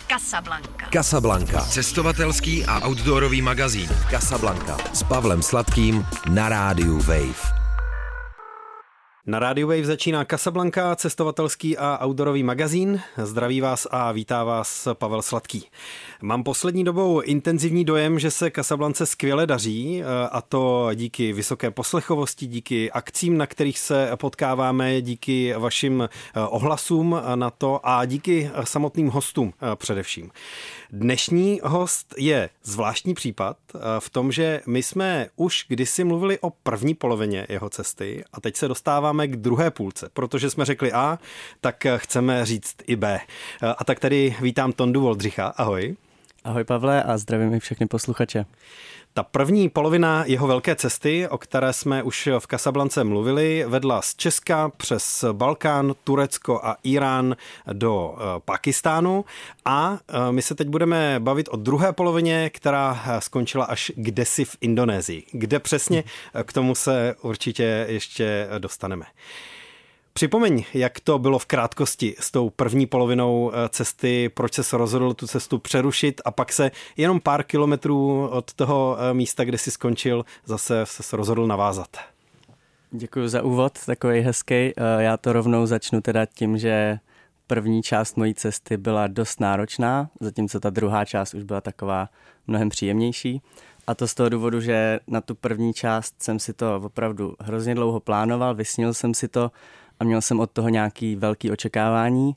Casablanca. Cestovatelský a outdoorový magazín. Casablanca. S Pavlem Sladkým na rádiu Wave. Na rádiu Wave začíná Casablanca, cestovatelský a outdoorový magazín. Zdraví vás a vítá vás Pavel Sladký. Mám poslední dobou intenzivní dojem, že se Casablance skvěle daří, a to díky vysoké poslechovosti, díky akcím, na kterých se potkáváme, díky vašim ohlasům na to a díky samotným hostům především. Dnešní host je zvláštní případ v tom, že my jsme už kdysi mluvili o první polovině jeho cesty a teď se dostáváme k druhé půlce, protože jsme řekli A, tak chceme říct i B. A tak tady vítám Tondu Voldřicha. Ahoj. Ahoj Pavle a zdravím i všechny posluchače. Ta první polovina jeho velké cesty, o které jsme už v Casablance mluvili, vedla z Česka přes Balkán, Turecko a Irán do Pakistánu a my se teď budeme bavit o druhé polovině, která skončila až kdesi v Indonésii. Kde přesně, k tomu se určitě ještě dostaneme. Připomeň, jak to bylo v krátkosti s tou první polovinou cesty, proč se rozhodl tu cestu přerušit a pak se jenom pár kilometrů od toho místa, kde jsi skončil, zase se rozhodl navázat. Děkuji za úvod, takový hezký. Já to rovnou začnu teda tím, že první část mojí cesty byla dost náročná, zatímco ta druhá část už byla taková mnohem příjemnější. A to z toho důvodu, že na tu první část jsem si to opravdu hrozně dlouho plánoval, vysnil jsem si to a měl jsem od toho nějaký velký očekávání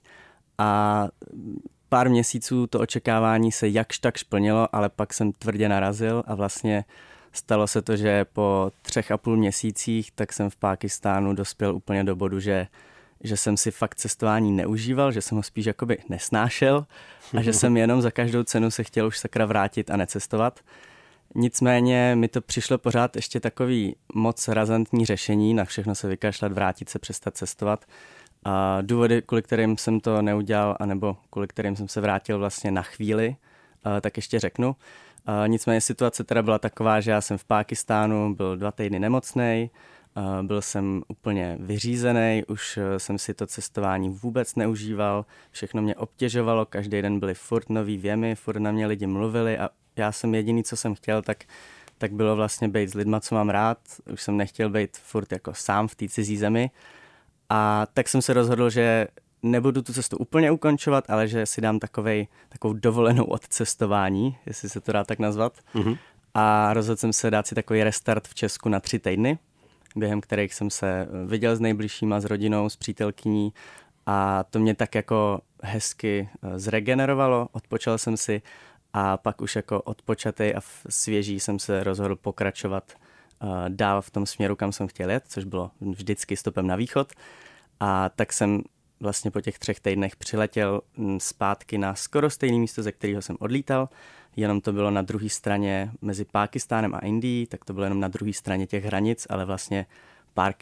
a pár měsíců to očekávání se jakž takž plnilo, ale pak jsem tvrdě narazil a vlastně stalo se to, že po 3,5 měsících tak jsem v Pákistánu dospěl úplně do bodu, že jsem si fakt cestování neužíval, že jsem ho spíš jakoby nesnášel a že jsem jenom za každou cenu se chtěl už sakra vrátit a necestovat. Nicméně mi to přišlo pořád ještě takový moc razantní řešení, na všechno se vykašlat, vrátit se, přestat cestovat. A důvody, kvůli kterým jsem to neudělal, anebo kvůli kterým jsem se vrátil vlastně na chvíli, tak ještě řeknu. Nicméně situace teda byla taková, že já jsem v Pákistánu byl 2 týdny nemocnej, byl jsem úplně vyřízený, už jsem si to cestování vůbec neužíval, všechno mě obtěžovalo, každý den byly furt nový věmy, furt na mě lidi mluvili a já jsem jediný, co jsem chtěl, tak bylo vlastně být s lidma, co mám rád. Už jsem nechtěl být furt jako sám v té cizí zemi. A tak jsem se rozhodl, že nebudu tu cestu úplně ukončovat, ale že si dám takovou dovolenou od cestování, jestli se to dá tak nazvat. Mm-hmm. A rozhodl jsem se dát si takový restart v Česku na 3 týdny, během kterých jsem se viděl s nejbližšíma, s rodinou, s přítelkyní a to mě tak jako hezky zregenerovalo, odpočal jsem si a pak už jako odpočatej a svěží jsem se rozhodl pokračovat dál v tom směru, kam jsem chtěl jet, což bylo vždycky stopem na východ. A tak jsem vlastně po těch 3 týdnech přiletěl zpátky na skoro stejné místo, ze kterého jsem odlítal, jenom to bylo na druhé straně mezi Pákistánem a Indií, tak to bylo jenom na druhé straně těch hranic, ale vlastně pár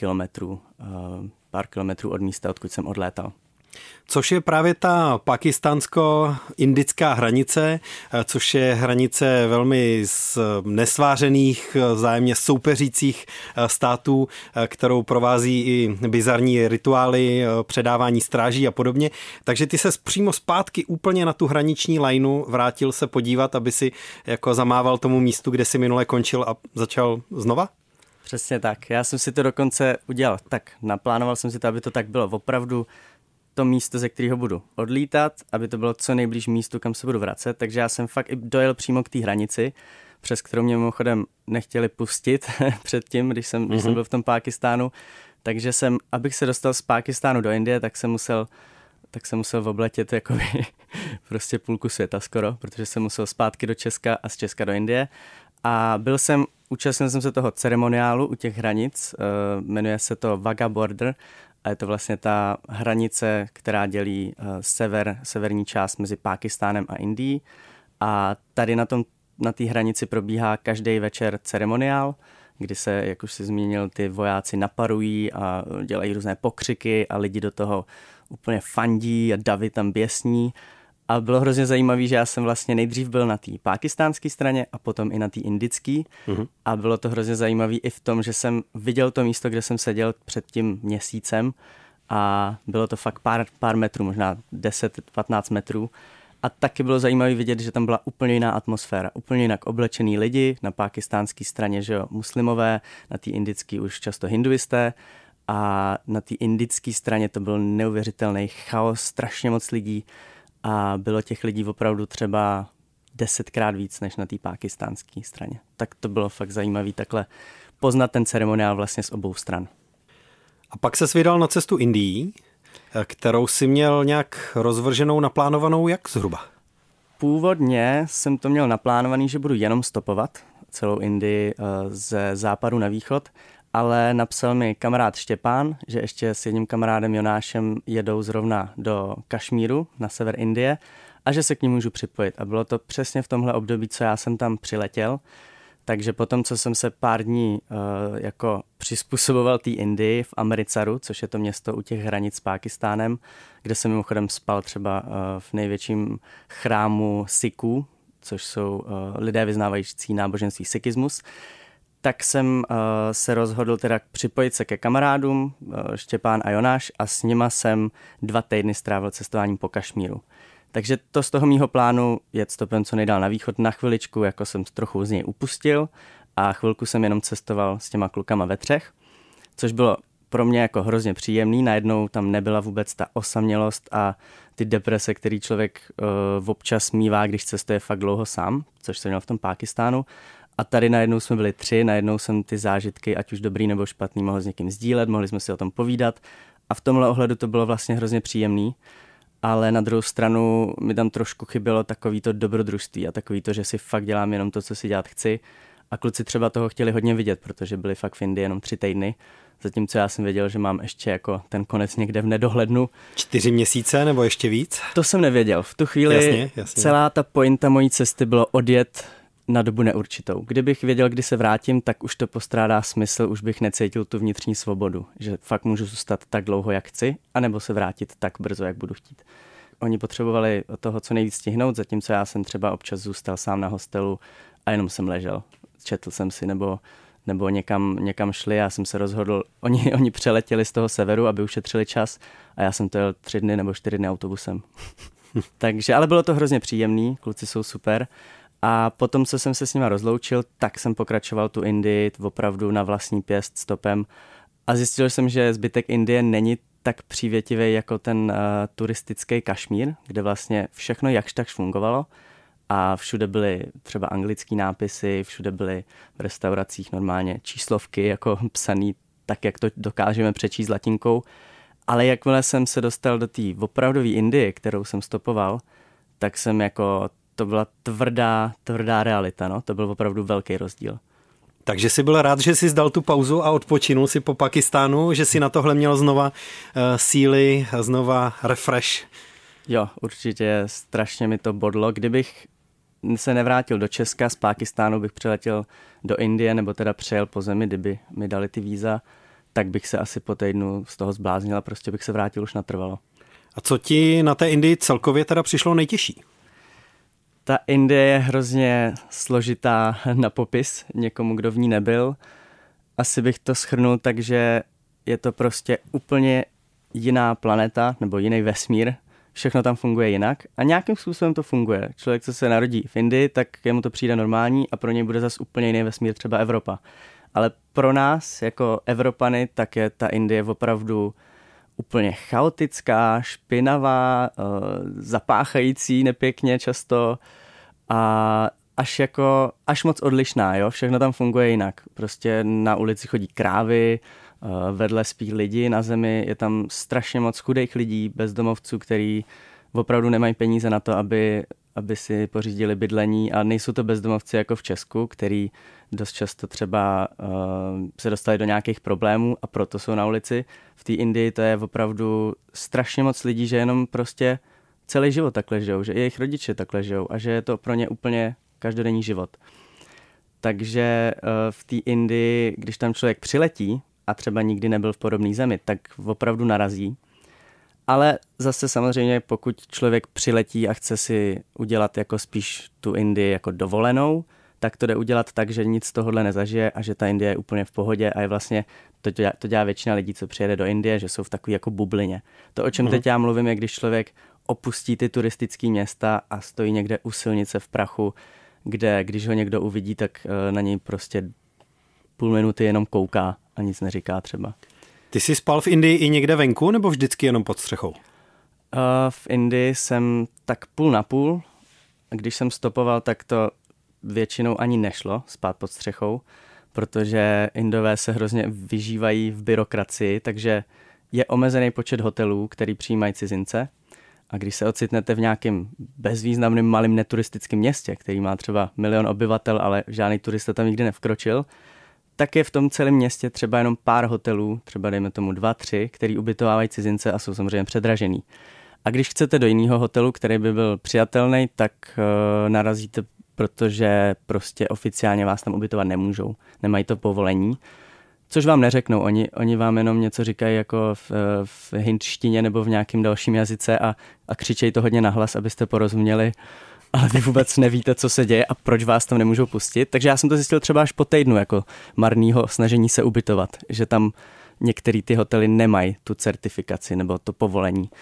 kilometrů od místa, odkud jsem odlétal. Což je právě ta pakistánsko-indická hranice, což je hranice velmi z nesvářených, vzájemně soupeřících států, kterou provází i bizarní rituály, předávání stráží a podobně. Takže ty ses přímo zpátky úplně na tu hraniční lajnu vrátil se podívat, aby si jako zamával tomu místu, kde si minule končil a začal znova? Přesně tak. Já jsem si to dokonce udělal tak. Naplánoval jsem si to, aby to tak bylo opravdu to místo, ze kterého budu odlítat, aby to bylo co nejblíž místu, kam se budu vracet, takže já jsem fakt i dojel přímo k té hranici, přes kterou mě mimochodem nechtěli pustit předtím, když jsem byl v tom Pákistánu, takže abych se dostal z Pákistánu do Indie, tak jsem musel obletět jakoby prostě půlku světa skoro, protože jsem musel zpátky do Česka a z Česka do Indie a účastnil jsem se toho ceremoniálu u těch hranic, jmenuje se to Wagah Border, a je to vlastně ta hranice, která dělí severní část mezi Pákistánem a Indií. A tady na té hranici probíhá každý večer ceremoniál, kdy se, jak už si zmínil, ty vojáci naparují a dělají různé pokřiky a lidi do toho úplně fandí a davy tam běsní. A bylo hrozně zajímavé, že já jsem vlastně nejdřív byl na té pákistánské straně a potom i na té indické. Mm-hmm. A bylo to hrozně zajímavé i v tom, že jsem viděl to místo, kde jsem seděl před tím měsícem a bylo to fakt pár metrů, možná 10-15 metrů. A taky bylo zajímavé vidět, že tam byla úplně jiná atmosféra, úplně jinak oblečený lidi, na pákistánské straně, že jo, muslimové, na té indické už často hinduisté a na té indické straně to byl neuvěřitelný chaos, strašně moc lidí a bylo těch lidí opravdu třeba 10krát víc než na té pákistánské straně. Tak to bylo fakt zajímavé takhle poznat ten ceremoniál vlastně z obou stran. A pak ses vydal na cestu Indií, kterou si měl nějak rozvrženou, naplánovanou, jak zhruba? Původně jsem to měl naplánovaný, že budu jenom stopovat celou Indii ze západu na východ, ale napsal mi kamarád Štěpán, že ještě s jedním kamarádem Jonášem jedou zrovna do Kašmíru na sever Indie a že se k ní můžu připojit. A bylo to přesně v tomhle období, co já jsem tam přiletěl. Takže potom, co jsem se pár dní jako přizpůsoboval té Indii v Amritsar, což je to město u těch hranic s Pákistánem, kde jsem mimochodem spal třeba v největším chrámu Sikhů, což jsou lidé vyznávající náboženství sikhismus, tak jsem se rozhodl teda připojit se ke kamarádům Štěpán a Jonáš a s nima jsem 2 týdny strávil cestováním po Kašmíru. Takže to z toho mýho plánu jet stopem co nejdál na východ na chviličku, jako jsem trochu z něj upustil a chvilku jsem jenom cestoval s těma klukama ve 3, což bylo pro mě jako hrozně příjemný. Najednou tam nebyla vůbec ta osamělost a ty deprese, který člověk občas mívá, když cestuje fakt dlouho sám, což jsem měl v tom Pákistánu. A tady najednou jsme byli 3, najednou jsem ty zážitky, ať už dobrý nebo špatný, mohl s někým sdílet, mohli jsme si o tom povídat a v tomhle ohledu to bylo vlastně hrozně příjemný. Ale na druhou stranu mi tam trošku chybělo takový to dobrodružství a takový to, že si fakt dělám jenom to, co si dělat chci. A kluci třeba toho chtěli hodně vidět, protože byli fakt v Indii jenom 3 týdny. Zatímco já jsem věděl, že mám ještě jako ten konec někde v nedohlednu. 4 měsíce nebo ještě víc? To jsem nevěděl. V tu chvíli jasně. Celá ta pointa mojí cesty bylo odjet na dobu neurčitou. Kdybych věděl, kdy se vrátím, tak už to postrádá smysl, už bych necítil tu vnitřní svobodu, že fakt můžu zůstat tak dlouho, jak chci, anebo se vrátit tak brzo, jak budu chtít. Oni potřebovali toho co nejvíc stihnout, zatímco já jsem třeba občas zůstal sám na hostelu a jenom jsem ležel. Četl jsem si nebo někam šli, já jsem se rozhodl, oni přeletěli z toho severu, aby ušetřili čas a já jsem to jel 3 dny nebo 4 dny autobusem. Takže, ale bylo to hrozně příjemný, kluci jsou super. A potom, co jsem se s nima rozloučil, tak jsem pokračoval tu Indii opravdu na vlastní pěst stopem a zjistil jsem, že zbytek Indie není tak přívětivý jako ten turistický Kašmír, kde vlastně všechno jakž takž fungovalo a všude byly třeba anglický nápisy, všude byly v restauracích normálně číslovky jako psaný tak, jak to dokážeme přečíst latinkou, ale jakmile jsem se dostal do té opravdové Indie, kterou jsem stopoval, tak jsem jako to byla tvrdá realita, no. To byl opravdu velký rozdíl. Takže jsi byl rád, že jsi zdal tu pauzu a odpočinul si po Pakistánu, že jsi na tohle měl znova síly, znova refresh? Jo, určitě strašně mi to bodlo. Kdybych se nevrátil do Česka, z Pákistánu bych přiletěl do Indie, nebo teda přejel po zemi, kdyby mi dali ty víza, tak bych se asi po týdnu z toho zbláznil a prostě bych se vrátil už natrvalo. A co ti na té Indii celkově teda přišlo nejtěžší? Ta Indie je hrozně složitá na popis někomu, kdo v ní nebyl. Asi bych to shrnul tak, že je to prostě úplně jiná planeta nebo jiný vesmír. Všechno tam funguje jinak a nějakým způsobem to funguje. Člověk, co se narodí v Indii, tak jemu to přijde normální a pro něj bude zase úplně jiný vesmír, třeba Evropa. Ale pro nás jako Evropany, tak je ta Indie opravdu úplně chaotická, špinavá, zapáchající nepěkně často a až moc odlišná, jo? Všechno tam funguje jinak. Prostě na ulici chodí krávy, vedle spí lidi na zemi, je tam strašně moc chudých lidí, bezdomovců, který opravdu nemají peníze na to, aby si pořídili bydlení a nejsou to bezdomovci jako v Česku, který dost často třeba se dostali do nějakých problémů a proto jsou na ulici. V té Indii to je opravdu strašně moc lidí, že jenom prostě celý život takhle žijou, že i jejich rodiče takhle žijou a že je to pro ně úplně každodenní život. Takže v té Indii, když tam člověk přiletí a třeba nikdy nebyl v podobné zemi, tak opravdu narazí. Ale zase samozřejmě, pokud člověk přiletí a chce si udělat jako spíš tu Indii jako dovolenou, tak to jde udělat tak, že nic z tohohle nezažije a že ta Indie je úplně v pohodě a je vlastně, to dělá většina lidí, co přijede do Indie, že jsou v takové jako bublině. To, o čem teď já mluvím, je, když člověk opustí ty turistické města a stojí někde u silnice v prachu, kde když ho někdo uvidí, tak na něj prostě půl minuty jenom kouká a nic neříká třeba. Ty jsi spal v Indii i někde venku, nebo vždycky jenom pod střechou? V Indii jsem tak půl na půl. Když jsem stopoval, tak to většinou ani nešlo spát pod střechou, protože Indové se hrozně vyžívají v byrokracii, takže je omezený počet hotelů, který přijímají cizince. A když se ocitnete v nějakém bezvýznamném malém neturistickém městě, který má třeba 1 milion obyvatel, ale žádný turista tam nikdy nevkročil, tak je v tom celém městě třeba jenom pár hotelů, třeba dejme tomu 2, 3, který ubytovávají cizince a jsou samozřejmě předražený. A když chcete do jiného hotelu, který by byl přijatelný, tak narazíte, protože prostě oficiálně vás tam ubytovat nemůžou. Nemají to povolení, což vám neřeknou. Oni vám jenom něco říkají jako v hindštině nebo v nějakém dalším jazyce a křičejí to hodně nahlas, abyste porozuměli, ale vy vůbec nevíte, co se děje a proč vás tam nemůžou pustit. Takže já jsem to zjistil třeba až po týdnu jako marného snažení se ubytovat, že tam některé ty hotely nemají tu certifikaci nebo to povolení.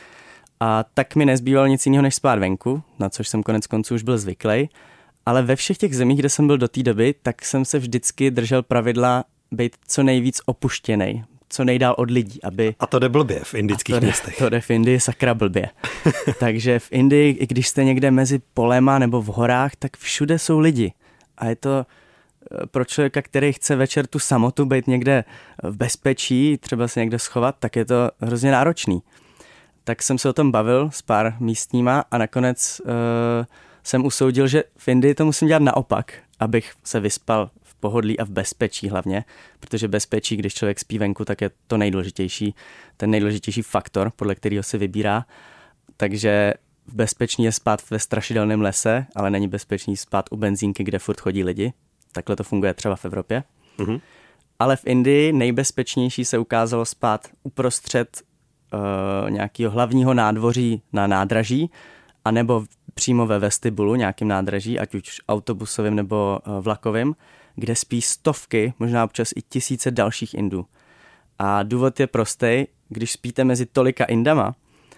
A tak mi nezbývalo nic jiného, než spát venku, na což jsem konec konců už byl zvyklý. Ale ve všech těch zemích, kde jsem byl do té doby, tak jsem se vždycky držel pravidla být co nejvíc opuštěnej, co nejdál od lidí, aby... A to jde blbě v indických městech. To jde v Indii sakra blbě. Takže v Indii, i když jste někde mezi polema nebo v horách, tak všude jsou lidi. A je to pro člověka, který chce večer tu samotu být někde v bezpečí, třeba se někde schovat, tak je to hrozně náročný. Tak jsem se o tom bavil s pár místníma a nakonec jsem usoudil, že v Indii to musím dělat naopak, abych se vyspal v pohodlí a v bezpečí hlavně, protože bezpečí, když člověk spí venku, tak je to nejdůležitější, ten nejdůležitější faktor, podle kterého se vybírá. Takže bezpečný je spát ve strašidelném lese, ale není bezpečný spát u benzínky, kde furt chodí lidi. Takhle to funguje třeba v Evropě. Mm-hmm. Ale v Indii nejbezpečnější se ukázalo spát uprostřed nějakého hlavního nádvoří na nádraží, anebo přímo ve vestibulu, nějakým nádraží, ať už autobusovým nebo vlakovým, kde spí stovky, možná občas i tisíce dalších Indů. A důvod je prostý, když spíte mezi tolika Indama,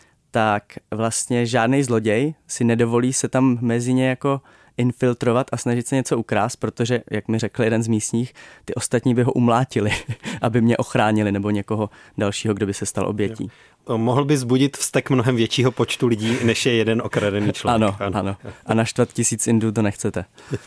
tak vlastně žádný zloděj si nedovolí se tam mezi ně jako infiltrovat a snažit se něco ukrást, protože, jak mi řekl jeden z místních, ty ostatní by ho umlátili, aby mě ochránili nebo někoho dalšího, kdo by se stal obětí. Mohl by vzbudit vztek mnohem většího počtu lidí, než je jeden okradený člověk. Ano. A naštvat 1000 Indů to nechcete.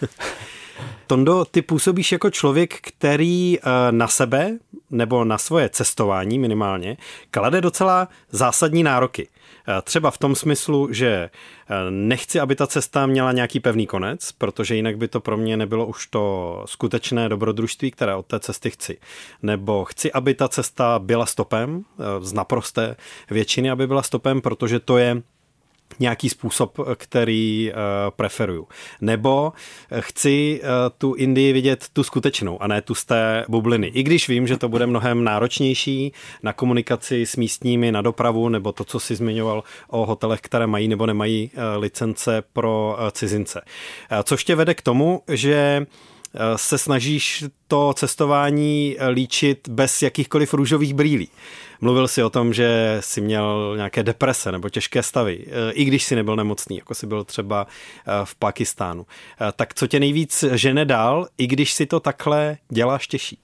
Tondo, ty působíš jako člověk, který na sebe nebo na svoje cestování minimálně klade docela zásadní nároky. Třeba v tom smyslu, že nechci, aby ta cesta měla nějaký pevný konec, protože jinak by to pro mě nebylo už to skutečné dobrodružství, které od té cesty chci. Nebo chci, aby ta cesta byla stopem, z naprosté většiny, aby byla stopem, protože to je nějaký způsob, který preferuju. Nebo chci tu Indii vidět tu skutečnou a ne tu z té bubliny. I když vím, že to bude mnohem náročnější na komunikaci s místními, na dopravu, nebo to, co jsi zmiňoval o hotelech, které mají nebo nemají licence pro cizince. Což tě vede k tomu, že se snažíš to cestování líčit bez jakýchkoliv růžových brýlí. Mluvil jsi o tom, že jsi měl nějaké deprese nebo těžké stavy, i když jsi nebyl nemocný, jako jsi byl třeba v Pákistánu. Tak co tě nejvíc žene dál, i když si to takhle děláš těžší?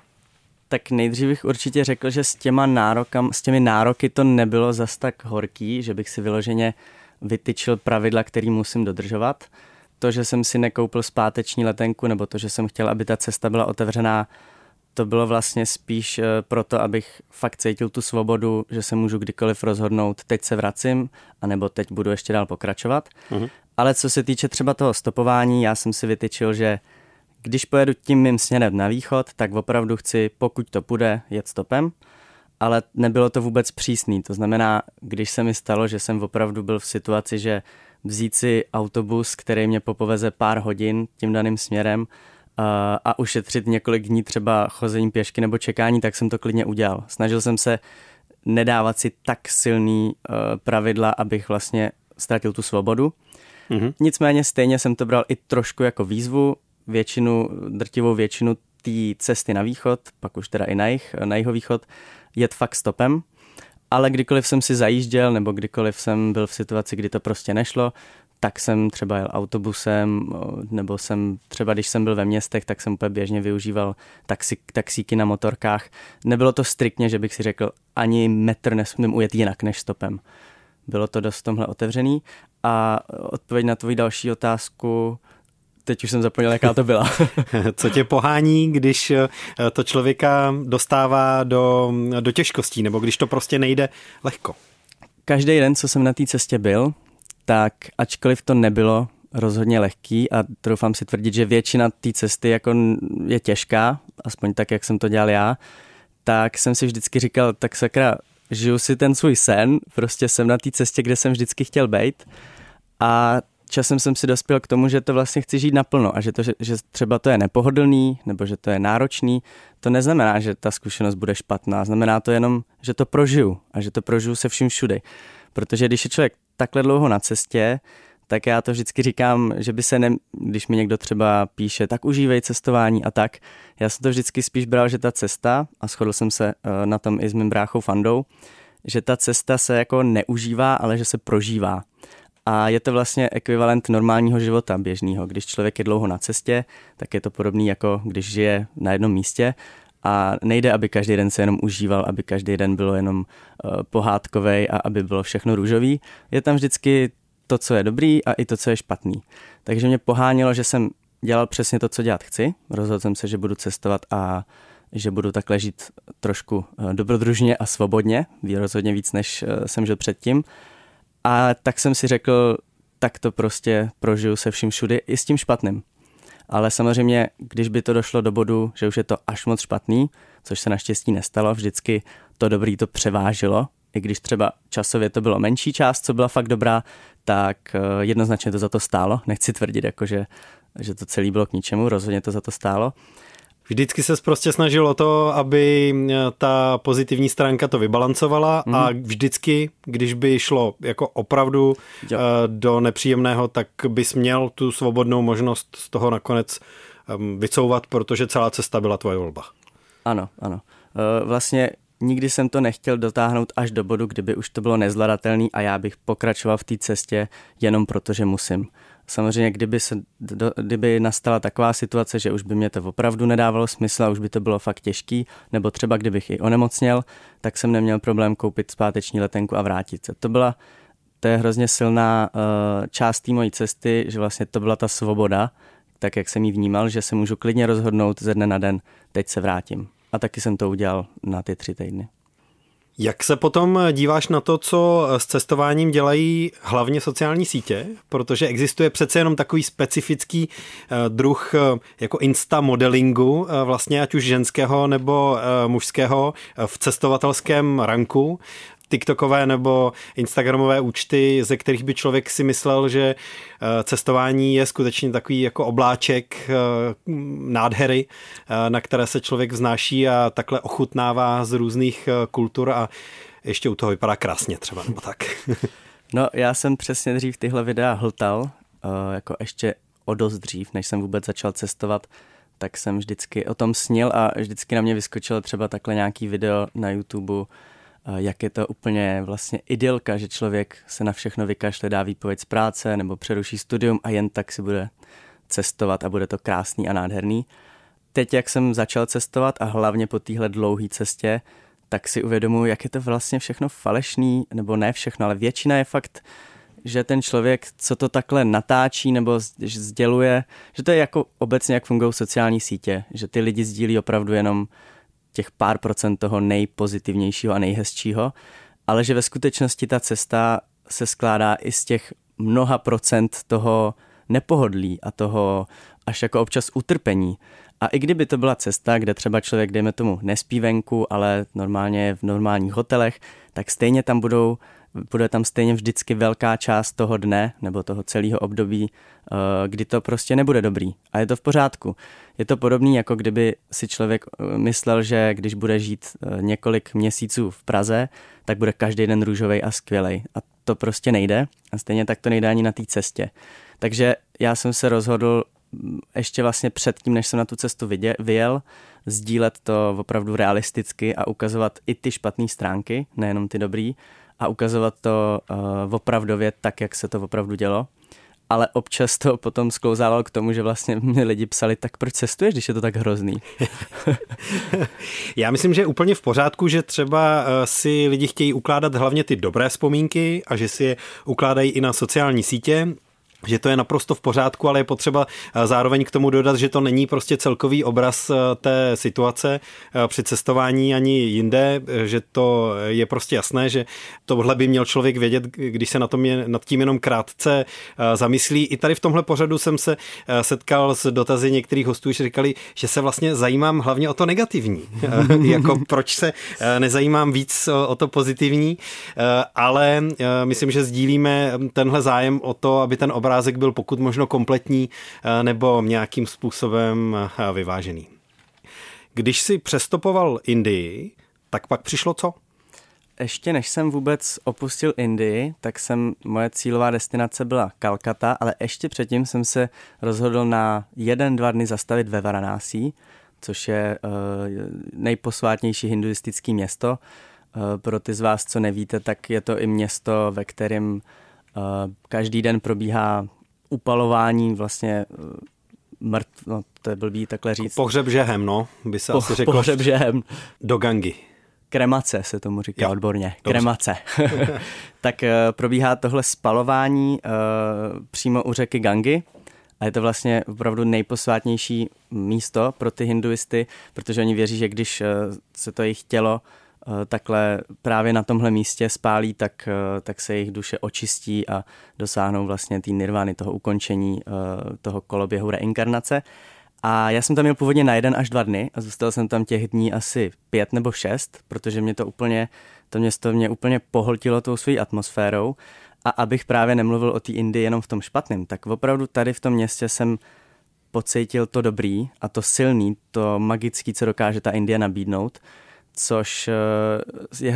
Tak nejdřív bych určitě řekl, že s těmi nároky to nebylo zas tak horký, že bych si vyloženě vytyčil pravidla, který musím dodržovat. To, že jsem si nekoupil zpáteční letenku, nebo to, že jsem chtěl, aby ta cesta byla otevřená, to bylo vlastně spíš proto, abych fakt cítil tu svobodu, že se můžu kdykoliv rozhodnout, teď se vracím, anebo teď budu ještě dál pokračovat. Mhm. Ale co se týče třeba toho stopování, já jsem si vytyčil, že když pojedu tím mým směrem na východ, tak opravdu chci, pokud to půjde, jet stopem, ale nebylo to vůbec přísný. To znamená, když se mi stalo, že jsem opravdu byl v situaci, že vzít si autobus, který mě popoveze pár hodin tím daným směrem a ušetřit několik dní třeba chozením pěšky nebo čekání, tak jsem to klidně udělal. Snažil jsem se nedávat si tak silný pravidla, abych vlastně ztratil tu svobodu. Mm-hmm. Nicméně stejně jsem to bral i trošku jako výzvu, drtivou většinu té cesty na východ, pak už teda i na jihovýchod, jet fakt stopem. ale kdykoliv jsem si zajížděl nebo kdykoliv jsem byl v situaci, kdy to prostě nešlo, tak jsem třeba jel autobusem, nebo jsem třeba, když jsem byl ve městech, tak jsem úplně běžně využíval taxíky na motorkách. Nebylo to striktně, že bych si řekl, ani metr nesmím ujet jinak než stopem. Bylo to dost tomhle otevřený. A odpověď na tvoji další otázku, teď už jsem zapomněl, jaká to byla. Co tě pohání, když to člověka dostává do těžkostí, nebo když to prostě nejde lehko? Každý den, co jsem na té cestě byl, tak ačkoliv to nebylo rozhodně lehký a troufám si tvrdit, že většina té cesty jako je těžká, aspoň tak, jak jsem to dělal já, tak jsem si vždycky říkal, tak sakra, žiju si ten svůj sen, prostě jsem na té cestě, kde jsem vždycky chtěl být a časem jsem si dospěl k tomu, že to vlastně chci žít naplno a že třeba to je nepohodlný nebo že to je náročný, to neznamená, že ta zkušenost bude špatná, znamená to jenom, že to prožiju a že to prožiju se vším všudy. Protože když je člověk takhle dlouho na cestě, tak já to vždycky říkám, že by se když mi někdo třeba píše, tak užívej cestování a tak, já jsem to vždycky spíš bral, že ta cesta, a shodl jsem se na tom i s mým bráchou Fandou, že ta cesta se jako neužívá, ale že se prožívá. A je to vlastně ekvivalent normálního života běžného. Když člověk je dlouho na cestě, tak je to podobný jako když žije na jednom místě a nejde, aby každý den se jenom užíval, aby každý den bylo jenom pohádkovej a aby bylo všechno růžový. Je tam vždycky to, co je dobrý a i to, co je špatný. Takže mě pohánělo, že jsem dělal přesně to, co dělat chci. Rozhodl jsem se, že budu cestovat a že budu takhle žít trošku dobrodružně a svobodně, rozhodně víc, než jsem žil předtím. A tak jsem si řekl, tak to prostě prožiju se vším všudy i s tím špatným. Ale samozřejmě, když by to došlo do bodu, že už je to až moc špatný, což se naštěstí nestalo, vždycky to dobrý to převážilo, i když třeba časově to bylo menší část, co byla fakt dobrá, tak jednoznačně to za to stálo. Nechci tvrdit, že to celé bylo k ničemu, rozhodně to za to stálo. Vždycky se prostě snažil o to, aby ta pozitivní stránka to vybalancovala a vždycky, když by šlo jako opravdu do nepříjemného, tak bys měl tu svobodnou možnost z toho nakonec vycouvat, protože celá cesta byla tvoje volba. Ano. Vlastně nikdy jsem to nechtěl dotáhnout až do bodu, kdyby už to bylo nezvladatelný a já bych pokračoval v té cestě jenom proto, že musím. Samozřejmě, kdyby nastala taková situace, že už by mě to opravdu nedávalo smysl a už by to bylo fakt těžký, nebo třeba kdybych i onemocněl, tak jsem neměl problém koupit zpáteční letenku a vrátit se. To je hrozně silná část té mojí cesty, že vlastně to byla ta svoboda, tak jak jsem ji vnímal, že se můžu klidně rozhodnout ze dne na den, teď se vrátím. A taky jsem to udělal na ty 3 týdny. Jak se potom díváš na to, co s cestováním dělají hlavně sociální sítě? Protože existuje přece jenom takový specifický druh jako insta modelingu, vlastně ať už ženského nebo mužského v cestovatelském ranku. TikTokové nebo instagramové účty, ze kterých by člověk si myslel, že cestování je skutečně takový jako obláček nádhery, na které se člověk vznáší a takhle ochutnává z různých kultur a ještě u toho vypadá krásně třeba, nebo tak. No, já jsem přesně dřív tyhle videa hltal, jako ještě o dost dřív, než jsem vůbec začal cestovat, tak jsem vždycky o tom snil a vždycky na mě vyskočilo třeba takhle nějaký video na YouTube, jak je to úplně vlastně idylka, že člověk se na všechno vykašle, dá výpověď z práce nebo přeruší studium a jen tak si bude cestovat a bude to krásný a nádherný. Teď, jak jsem začal cestovat a hlavně po téhle dlouhé cestě, tak si uvědomuji, jak je to vlastně všechno falešný, nebo ne všechno, ale většina je fakt, že ten člověk, co to takhle natáčí nebo sděluje, že to je jako obecně, jak fungují sociální sítě, že ty lidi sdílí opravdu jenom těch pár procent toho nejpozitivnějšího a nejhezčího, ale že ve skutečnosti ta cesta se skládá i z těch mnoha procent toho nepohodlí a toho až jako občas utrpení. A i kdyby to byla cesta, kde třeba člověk, dejme tomu, nespí venku, ale normálně v normálních hotelech, tak stejně tam bude tam stejně vždycky velká část toho dne nebo toho celého období, kdy to prostě nebude dobrý. A je to v pořádku. Je to podobný, jako kdyby si člověk myslel, že když bude žít několik měsíců v Praze, tak bude každý den růžovej a skvělej. A to prostě nejde. A stejně tak to nejde ani na té cestě. Takže já jsem se rozhodl ještě vlastně předtím, než jsem na tu cestu vyjel, sdílet to opravdu realisticky a ukazovat i ty špatné stránky, nejenom ty dobrý, a ukazovat to opravdově tak, jak se to opravdu dělo. Ale občas to potom sklouzávalo k tomu, že vlastně mě lidi psali, tak proč cestuješ, když je to tak hrozný? Já myslím, že je úplně v pořádku, že třeba si lidi chtějí ukládat hlavně ty dobré vzpomínky a že si je ukládají i na sociální sítě, že to je naprosto v pořádku, ale je potřeba zároveň k tomu dodat, že to není prostě celkový obraz té situace při cestování ani jinde, že to je prostě jasné, že tohle by měl člověk vědět, když se nad tím jenom krátce zamyslí. I tady v tomhle pořadu jsem se setkal s dotazy některých hostů, že říkali, že se vlastně zajímám hlavně o to negativní. Jako proč se nezajímám víc o to pozitivní, ale myslím, že sdílíme tenhle zájem o to, aby ten obrázek byl pokud možno kompletní nebo nějakým způsobem vyvážený. Když si přestopoval Indii, tak pak přišlo co? Ještě než jsem vůbec opustil Indii, tak moje cílová destinace byla Kalkata, ale ještě předtím jsem se rozhodl na 1-2 dny zastavit ve Varanasi, což je nejposvátnější hinduistické město. Pro ty z vás, co nevíte, tak je to i město, ve kterém každý den probíhá upalování vlastně no to je blbý takhle říct. Pohřeb žehem, no, by se asi řeklo. Pohřeb žehem. Do Gangy. Kremace se tomu říká odborně. Dobře. Kremace. Tak probíhá tohle spalování přímo u řeky Gangy a je to vlastně opravdu nejposvátnější místo pro ty hinduisty, protože oni věří, že když se to jejich tělo takhle právě na tomhle místě spálí, tak se jejich duše očistí a dosáhnou vlastně té nirvány, toho ukončení toho koloběhu reinkarnace. A já jsem tam měl původně na 1 až 2 dny a zůstal jsem tam těch dní asi 5 nebo 6, protože mě to město mě úplně pohltilo tou svou atmosférou. A abych právě nemluvil o té Indii jenom v tom špatném, tak opravdu tady v tom městě jsem pocítil to dobrý a to silný, to magický, co dokáže ta Indie nabídnout, což je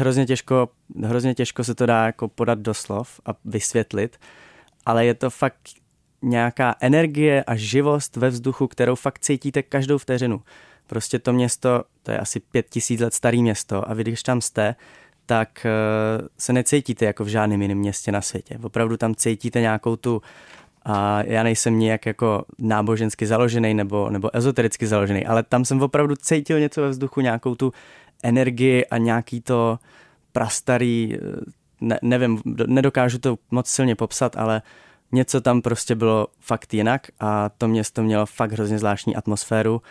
hrozně těžko se to dá jako podat do slov a vysvětlit, ale je to fakt nějaká energie a živost ve vzduchu, kterou fakt cítíte každou vteřinu. Prostě to město, to je asi 5000 let starý město a vy, když tam jste, tak se necítíte jako v žádném jiném městě na světě. Opravdu tam cítíte nějakou tu, a já nejsem nijak jako nábožensky založený nebo ezotericky založený, ale tam jsem opravdu cítil něco ve vzduchu, nějakou tu energii a nějaký to prastarý, nevím, nedokážu to moc silně popsat, ale něco tam prostě bylo fakt jinak a to město mělo fakt hrozně zvláštní atmosféru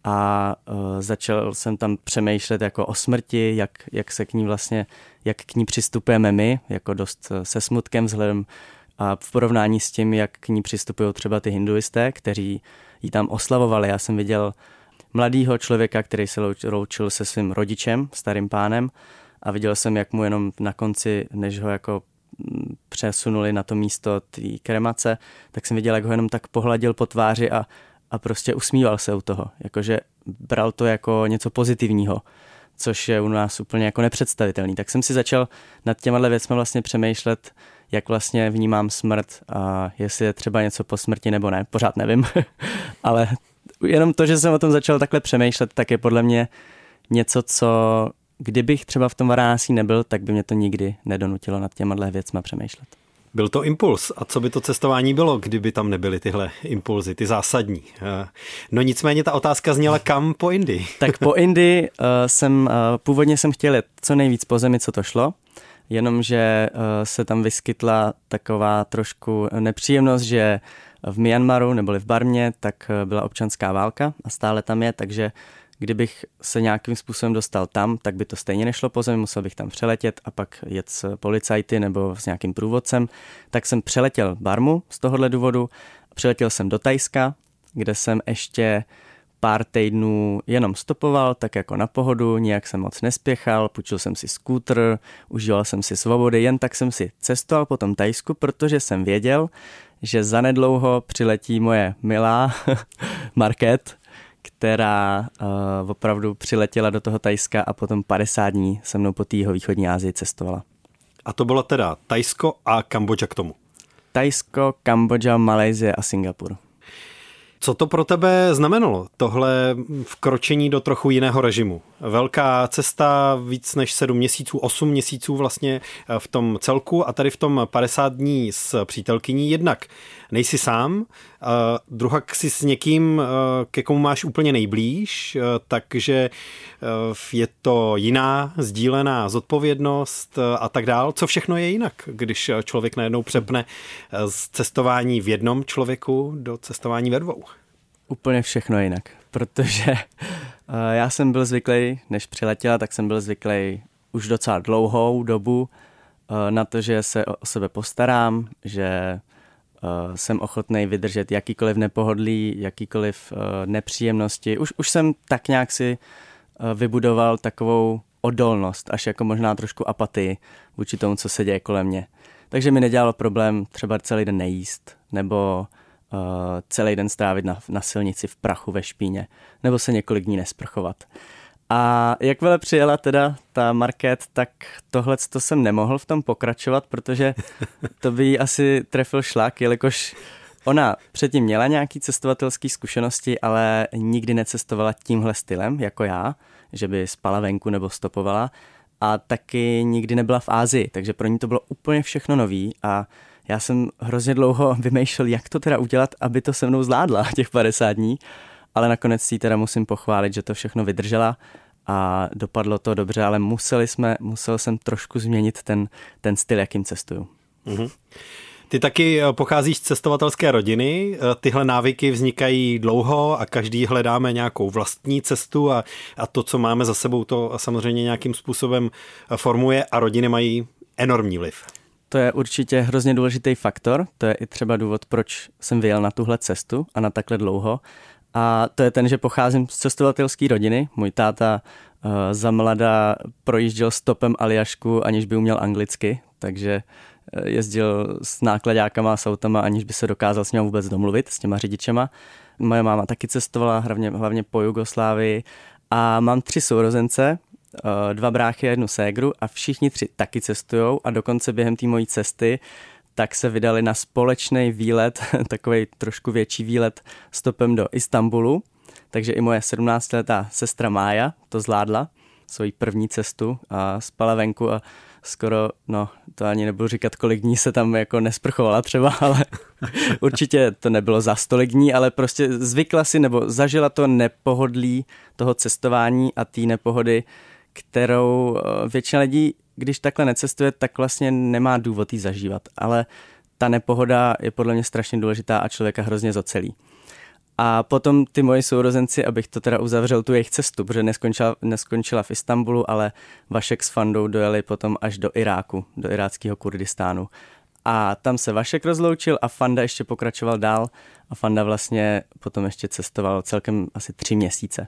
a začal jsem tam přemýšlet jako o smrti, jak se k ní vlastně, jak k ní přistupujeme my, jako dost se smutkem vzhledem a v porovnání s tím, jak k ní přistupují třeba ty hinduisté, kteří ji tam oslavovali. Já jsem viděl mladýho člověka, který se loučil se svým rodičem, starým pánem a viděl jsem, jak mu jenom na konci, než ho jako přesunuli na to místo té kremace, tak jsem viděl, jak ho jenom tak pohladil po tváři a prostě usmíval se u toho. Jakože bral to jako něco pozitivního, což je u nás úplně jako nepředstavitelný. Tak jsem si začal nad těmahle věcmi vlastně přemýšlet, jak vlastně vnímám smrt a jestli je třeba něco po smrti nebo ne. Pořád nevím, ale jenom to, že jsem o tom začal takhle přemýšlet, tak je podle mě něco, co kdybych třeba v tom Varanasi nebyl, tak by mě to nikdy nedonutilo nad těmahle věcma přemýšlet. Byl to impuls. A co by to cestování bylo, kdyby tam nebyly tyhle impulzy, ty zásadní? No nicméně ta otázka zněla, kam po Indii? Tak po Indii původně jsem chtěl jet co nejvíc po zemi, co to šlo, jenomže se tam vyskytla taková trošku nepříjemnost, že v Myanmaru neboli v Barmě, tak byla občanská válka a stále tam je, takže kdybych se nějakým způsobem dostal tam, tak by to stejně nešlo po zemi, musel bych tam přeletět a pak jet s policajty nebo s nějakým průvodcem. Tak jsem přeletěl Barmu z tohohle důvodu, přiletěl jsem do Thajska, kde jsem ještě pár týdnů jenom stopoval, tak jako na pohodu, nijak jsem moc nespěchal, půjčil jsem si skútr, užíval jsem si svobody, jen tak jsem si cestoval po tom Thajsku, protože jsem věděl, že zanedlouho přiletí moje milá Market, která opravdu přiletěla do toho Thajska a potom 50 dní se mnou po té jihovýchodní Asii cestovala. A to bylo teda Thajsko a Kambodža k tomu? Thajsko, Kambodža, Malajsie a Singapur. Co to pro tebe znamenalo, tohle vkročení do trochu jiného režimu? Velká cesta, víc než 7 měsíců, 8 měsíců vlastně v tom celku a tady v tom 50 dní s přítelkyní. Jednak nejsi sám, druhak si s někým, ke komu máš úplně nejblíž, takže je to jiná sdílená zodpovědnost a tak dál. Co všechno je jinak, když člověk najednou přepne z cestování v jednom člověku do cestování ve dvou? Úplně všechno jinak, protože já jsem byl zvyklý, než přiletěla, tak jsem byl zvyklý už docela dlouhou dobu na to, že se o sebe postarám, že jsem ochotný vydržet jakýkoliv nepohodlí, jakýkoliv nepříjemnosti. Už jsem tak nějak si vybudoval takovou odolnost, až jako možná trošku apatii vůči tomu, co se děje kolem mě. Takže mi nedělalo problém třeba celý den nejíst, nebo celý den strávit na silnici v prachu ve špíně, nebo se několik dní nesprchovat. A jakmile přijela teda ta Markéta, tak tohleto jsem nemohl v tom pokračovat, protože to by jí asi trefil šlak, jelikož ona předtím měla nějaký cestovatelský zkušenosti, ale nikdy necestovala tímhle stylem, jako já, že by spala venku nebo stopovala, a taky nikdy nebyla v Asii, takže pro ní to bylo úplně všechno nový a já jsem hrozně dlouho vymýšlel, jak to teda udělat, aby to se mnou zvládla těch 50 dní, ale nakonec si teda musím pochválit, že to všechno vydržela a dopadlo to dobře, ale musel jsem trošku změnit ten styl, jakým cestuju. Mm-hmm. Ty taky pocházíš z cestovatelské rodiny, tyhle návyky vznikají dlouho a každý hledáme nějakou vlastní cestu a to, co máme za sebou, to samozřejmě nějakým způsobem formuje a rodiny mají enormní vliv. To je určitě hrozně důležitý faktor, to je i třeba důvod, proč jsem vyjel na tuhle cestu a na takhle dlouho. A to je ten, že pocházím z cestovatelské rodiny. Můj táta za mladá projížděl stopem Aljašku, aniž by uměl anglicky, takže jezdil s nákladákama a s autama, aniž by se dokázal s ním vůbec domluvit, s těma řidičema. Moje máma taky cestovala, hlavně po Jugoslávii. A mám 3 sourozence, 2 bráchy a 1 ségru a všichni 3 taky cestujou a dokonce během té mojí cesty tak se vydali na společný výlet, takovej trošku větší výlet stopem do Istanbulu. Takže i moje 17letá sestra Mája to zvládla, svoji první cestu a spala venku a skoro, to ani nebudu říkat, kolik dní se tam jako nesprchovala třeba, ale určitě to nebylo za 100 dní, ale prostě zvykla si nebo zažila to nepohodlí toho cestování a té nepohody, kterou většina lidí, když takhle necestuje, tak vlastně nemá důvod jí zažívat, ale ta nepohoda je podle mě strašně důležitá a člověka hrozně zocelí. A potom ty moji sourozenci, abych to teda uzavřel tu jejich cestu, protože neskončila v Istanbulu, ale Vašek s Fandou dojeli potom až do Iráku, do iráckého Kurdistánu. A tam se Vašek rozloučil a Fanda ještě pokračoval dál a Fanda vlastně potom ještě cestoval celkem asi 3 měsíce.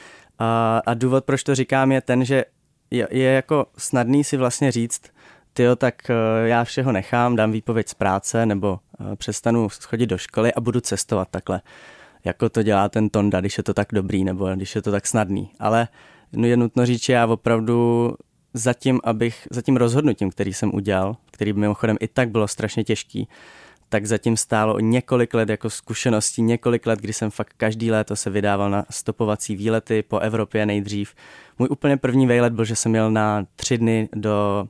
A důvod, proč to říkám, je ten, že je jako snadný si vlastně říct, tak já všeho nechám, dám výpověď z práce nebo přestanu chodit do školy a budu cestovat takhle. Jako to dělá ten Tonda, když je to tak dobrý nebo když je to tak snadný. Ale je nutno říct, že já opravdu za tím rozhodnutím, který jsem udělal, který mimochodem i tak bylo strašně těžký, tak zatím stálo několik let jako zkušeností, několik let, kdy jsem fakt každý léto se vydával na stopovací výlety po Evropě nejdřív. Můj úplně první výlet byl, že jsem jel na 3 dny do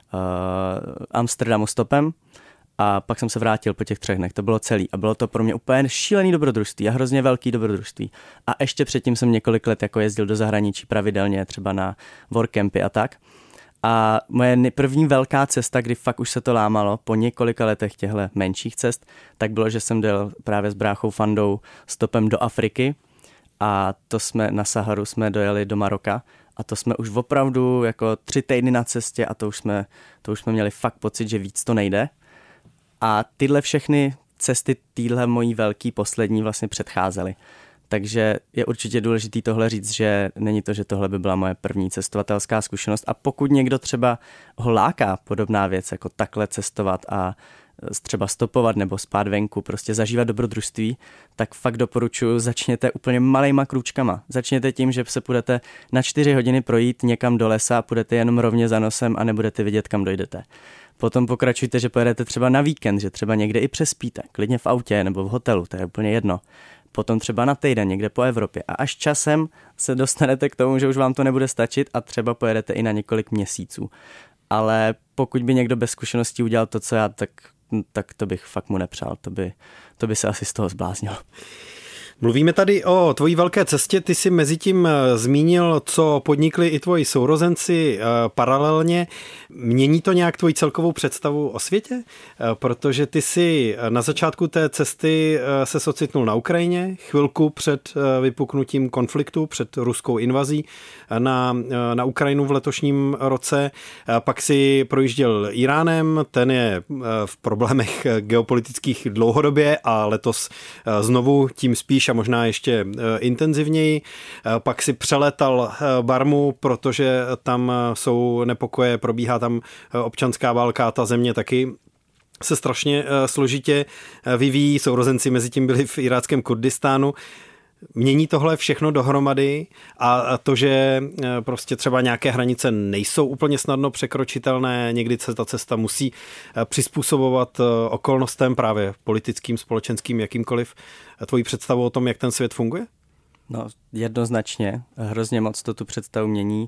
Amsterdamu stopem a pak jsem se vrátil po těch 3 dnech. To bylo celý a bylo to pro mě úplně šílený dobrodružství a hrozně velký dobrodružství. A ještě předtím jsem několik let jako jezdil do zahraničí pravidelně, třeba na workcampy a tak. A moje první velká cesta, kdy fakt už se to lámalo po několika letech těchto menších cest, tak bylo, že jsem dojel právě s bráchou Fandou stopem do Afriky a to jsme na Saharu jsme dojeli do Maroka a to jsme už opravdu jako 3 týdny na cestě a to už jsme měli fakt pocit, že víc to nejde. A tyhle všechny cesty téhle mojí velký poslední vlastně předcházely. Takže je určitě důležitý tohle říct, že není to, že tohle by byla moje první cestovatelská zkušenost a pokud někdo třeba ho láká podobná věc, jako takhle cestovat a třeba stopovat nebo spát venku, prostě zažívat dobrodružství, tak fakt doporučuji, začněte úplně malejma krůčkama. Začněte tím, že se půjdete na 4 hodiny projít někam do lesa a půjdete jenom rovně za nosem a nebudete vidět, kam dojdete. Potom pokračujte, že pojedete třeba na víkend, že třeba někde i přespíte, klidně v autě nebo v hotelu, to je úplně jedno. potom třeba na týden někde po Evropě a až časem se dostanete k tomu, že už vám to nebude stačit a třeba pojedete i na několik měsíců. Ale pokud by někdo bez zkušeností udělal to, co já, tak to bych fakt mu nepřál, to by se asi z toho zbláznilo. Mluvíme tady o tvojí velké cestě, ty jsi mezitím zmínil, co podnikli i tvoji sourozenci paralelně. Mění to nějak tvoji celkovou představu o světě? Protože ty jsi na začátku té cesty se ocitnul na Ukrajině, chvilku před vypuknutím konfliktu, před ruskou invazí na Ukrajinu v letošním roce. Pak si projížděl Iránem, ten je v problémech geopolitických dlouhodobě a letos znovu tím spíš a možná ještě intenzivněji. Pak si přeletal Barmu, protože tam jsou nepokoje, probíhá tam občanská válka a ta země taky se strašně složitě vyvíjí. Sourozenci mezi tím byli v iráckém Kurdistánu. Mění tohle všechno dohromady a to, že prostě třeba nějaké hranice nejsou úplně snadno překročitelné, někdy se ta cesta musí přizpůsobovat okolnostem právě politickým, společenským, jakýmkoliv. Tvoji představu o tom, jak ten svět funguje? No, jednoznačně. Hrozně moc to tu představu mění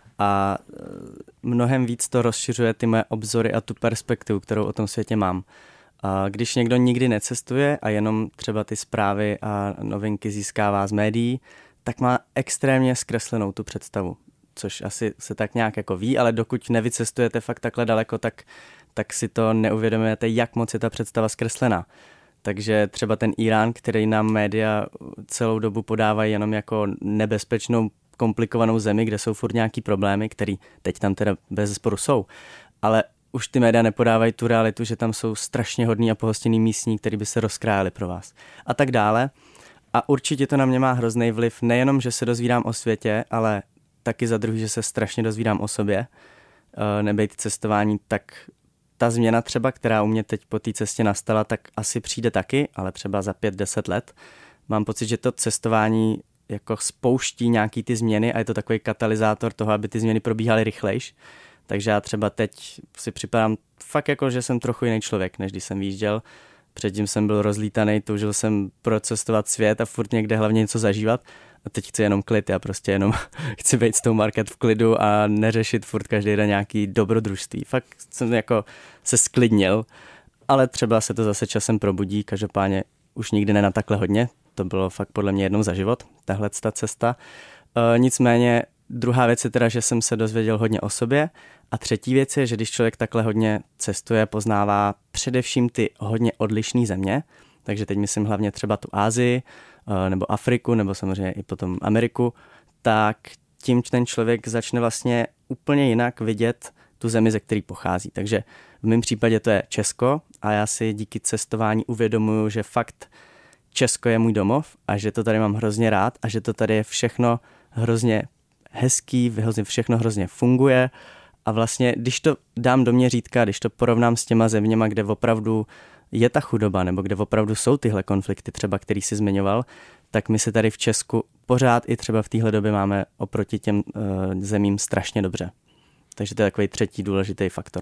a mnohem víc to rozšiřuje ty moje obzory a tu perspektivu, kterou o tom světě mám. A když někdo nikdy necestuje a jenom třeba ty zprávy a novinky získává z médií, tak má extrémně zkreslenou tu představu, což asi se tak nějak jako ví, ale dokud nevycestujete fakt takhle daleko, tak si to neuvědomujete, jak moc je ta představa zkreslená. Takže třeba ten Irán, který nám média celou dobu podávají jenom jako nebezpečnou, komplikovanou zemi, kde jsou furt nějaký problémy, který teď tam teda bezesporu jsou, ale už ty média nepodávají tu realitu, že tam jsou strašně hodný a pohostinný místní, který by se rozkrájeli pro vás. A tak dále. A určitě to na mě má hrozný vliv, nejenom, že se dozvídám o světě, ale taky za druhý, že se strašně dozvídám o sobě. Nebejt cestování, tak ta změna třeba, která u mě teď po té cestě nastala, tak asi přijde taky, ale třeba za 5-10 let. Mám pocit, že to cestování jako spouští nějaký ty změny a je to takový katalyzátor toho, aby ty změny probíhaly rychlejš. Takže já třeba teď si připadám fakt jako, že jsem trochu jiný člověk, než když jsem vyjížděl. Předtím jsem byl rozlítaný, toužil jsem procestovat svět a furt někde hlavně něco zažívat. A teď chci jenom klid, já prostě jenom chci být s tou market v klidu a neřešit furt každý den nějaký dobrodružství. Fakt jsem jako se sklidnil, ale třeba se to zase časem probudí, každopádně už nikdy ne na takhle hodně. To bylo fakt podle mě jednou za život, tahle ta cesta. Nicméně druhá věc je teda, že jsem se dozvěděl hodně o sobě a třetí věc je, že když člověk takhle hodně cestuje, poznává především ty hodně odlišné země, takže teď myslím hlavně třeba tu Asii nebo Afriku nebo samozřejmě i potom Ameriku, tak tím ten člověk začne vlastně úplně jinak vidět tu zemi, ze který pochází. Takže v mém případě to je Česko a já si díky cestování uvědomuju, že fakt Česko je můj domov a že to tady mám hrozně rád a že to tady je všechno hrozně hezký, všechno hrozně funguje a vlastně, když to dám do měřítka, když to porovnám s těma zeměma, kde opravdu je ta chudoba nebo kde opravdu jsou tyhle konflikty třeba, který jsi zmiňoval, tak my se tady v Česku pořád i třeba v téhle době máme oproti těm zemím strašně dobře. Takže to je takový třetí důležitý faktor.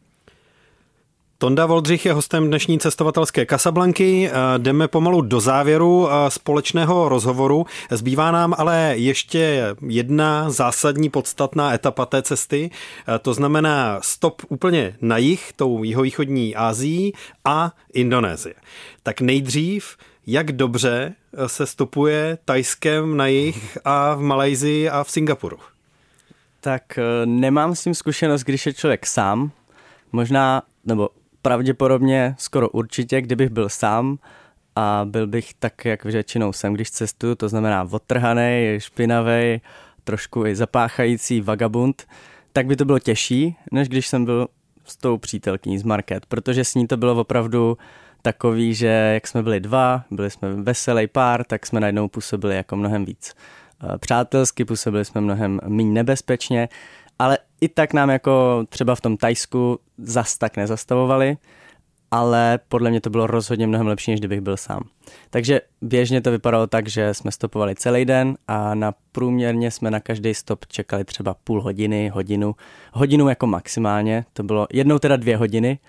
Tonda Voldřich je hostem dnešní cestovatelské Casablanky. Jdeme pomalu do závěru společného rozhovoru. Zbývá nám ale ještě jedna zásadní podstatná etapa té cesty. To znamená stop úplně na jih, tou jihovýchodní Asií a Indonésie. Tak nejdřív, jak dobře se stopuje Thajskem na jih a v Malajsii a v Singapuru? Tak nemám s tím zkušenost, když je člověk sám. Možná, nebo pravděpodobně skoro určitě, kdybych byl sám a byl bych tak, jak většinou jsem, když cestuju, to znamená odtrhanej, špinavej, trošku i zapáchající vagabund, tak by to bylo těžší, než když jsem byl s tou přítelkyní z Market, protože s ní to bylo opravdu takový, že jak jsme byli dva, byli jsme veselý pár, tak jsme najednou působili jako mnohem víc přátelsky, působili jsme mnohem méně nebezpečně, ale i tak nám jako třeba v tom Thajsku zas tak nezastavovali, ale podle mě to bylo rozhodně mnohem lepší, než kdybych byl sám. Takže běžně to vypadalo tak, že jsme stopovali celý den a průměrně jsme na každý stop čekali třeba půl hodiny, hodinu jako maximálně. To bylo jednou teda 2 hodiny,